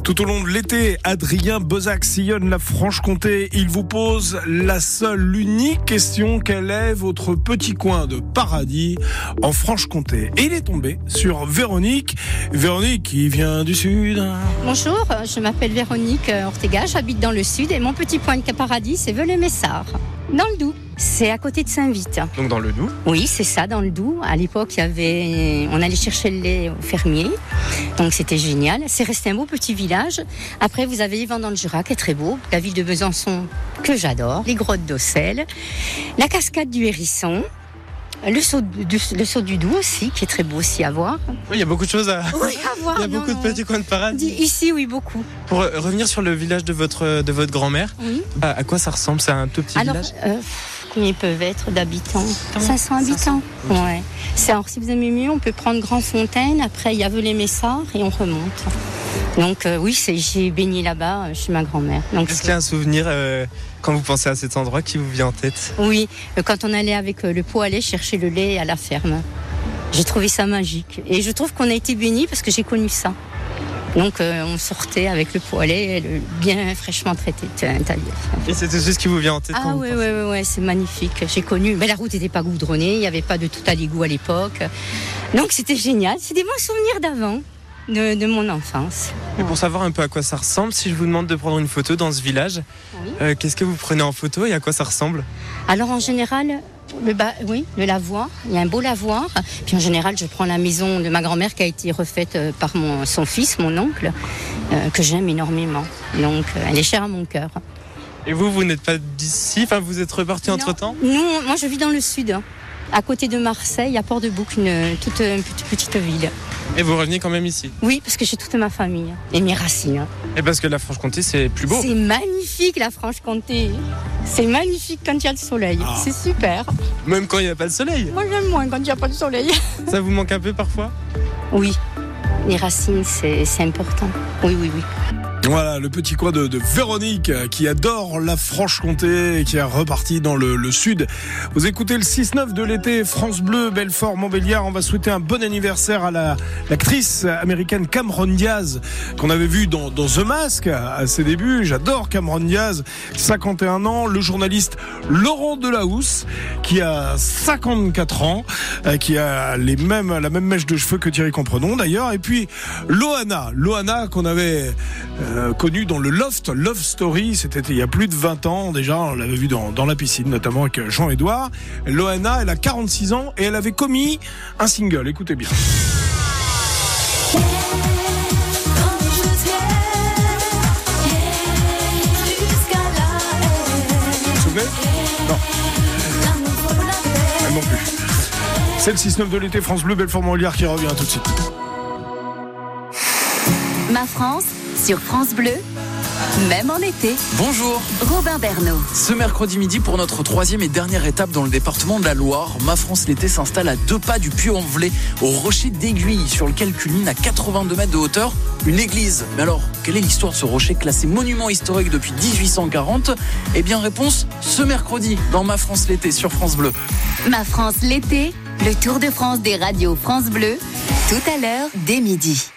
Tout au long de l'été, Adrien Bozac sillonne la Franche-Comté. Il vous pose la seule, l'unique question: quel est votre petit coin de paradis en Franche-Comté? Et il est tombé sur Véronique. Véronique qui vient du sud. Bonjour, je m'appelle Véronique Ortega, j'habite dans le sud et mon petit point de paradis, c'est Velay-Messard, dans le Doubs. C'est à côté de Saint-Vite. Donc dans le Doubs? Oui, c'est ça, dans le Doubs. À l'époque, on allait chercher le lait au fermier, donc c'était génial. C'est resté un beau petit village. Après, vous avez Yvan dans le Jura, qui est très beau, la ville de Besançon, que j'adore, les grottes d'Ossel, la cascade du Hérisson, le saut du Doubs aussi, qui est très beau aussi à voir. Oui, il y a beaucoup de choses à voir. Il y a beaucoup de petits coins de paradis. Ici, oui, beaucoup. Pour revenir sur le village de votre grand-mère, oui. À quoi ça ressemble? C'est un tout petit village? Combien ils peuvent être d'habitants? 500 habitants. Ouais. Alors, si vous aimez mieux, on peut prendre Grand-Fontaine, après il y a Velay-Messard et on remonte. Donc oui, j'ai baigné là-bas chez ma grand-mère. Est-ce qu'il y a un souvenir quand vous pensez à cet endroit qui vous vient en tête? Oui, quand on allait avec le pot à lait chercher le lait à la ferme. J'ai trouvé ça magique. Et je trouve qu'on a été bénis parce que j'ai connu ça. Donc on sortait avec le pot à lait bien fraîchement traité, taillé. Et c'est tout ce qui vous vient en tête? Ah oui, c'est magnifique. J'ai connu, mais la route n'était pas goudronnée, il n'y avait pas de tout à l'égout à l'époque. Donc c'était génial, c'est des bons souvenirs d'avant, de mon enfance. Et pour savoir un peu à quoi ça ressemble, si je vous demande de prendre une photo dans ce village, oui. Qu'est-ce que vous prenez en photo et à quoi ça ressemble? Alors en général, le lavoir, il y a un beau lavoir. Puis en général, je prends la maison de ma grand-mère qui a été refaite par son fils, mon oncle, que j'aime énormément. Donc elle est chère à mon cœur. Et vous n'êtes pas d'ici? Enfin, vous êtes reparti entre-temps? Non, moi je vis dans le sud, à côté de Marseille, à Port-de-Bouc, une toute petite ville. Et vous revenez quand même ici? Oui, parce que j'ai toute ma famille et mes racines. Et parce que la Franche-Comté, c'est plus beau. C'est magnifique, la Franche-Comté. C'est magnifique quand il y a le soleil. Ah. C'est super. Même quand il n'y a pas le soleil? Moi, j'aime moins quand il n'y a pas de soleil. Ça vous manque un peu parfois? Oui. Les racines, c'est important. Oui. Voilà, le petit coin de Véronique qui adore la Franche-Comté et qui est reparti dans le sud. Vous écoutez le 6-9 de l'été, France Bleu, Belfort, Montbéliard. On va souhaiter un bon anniversaire à l'actrice américaine Cameron Diaz qu'on avait vue dans The Mask à ses débuts. J'adore Cameron Diaz, 51 ans. Le journaliste Laurent Delahousse qui a 54 ans, qui a la même mèche de cheveux que Thierry Comprenon d'ailleurs. Et puis Loana qu'on avait connu dans le Loft Love Story, c'était il y a plus de 20 ans déjà, on l'avait vu dans la piscine notamment avec Jean-Édouard. Loana, elle a 46 ans et elle avait commis un single, écoutez bien. Vous vous souvenez? Non. Elle non plus. C'est le 6-9 de l'été, France Bleu, Belfort, Montbéliard qui revient tout de suite. Ma France sur France Bleu, même en été. Bonjour, Robin Bernot. Ce mercredi midi, pour notre troisième et dernière étape dans le département de la Loire, Ma France l'été s'installe à 2 pas du Puy-en-Velay, au rocher d'Aiguille, sur lequel culmine à 82 mètres de hauteur une église. Mais alors, quelle est l'histoire de ce rocher classé monument historique depuis 1840? Eh bien, réponse ce mercredi dans Ma France l'été sur France Bleu. Ma France l'été, le Tour de France des radios France Bleu, tout à l'heure dès midi.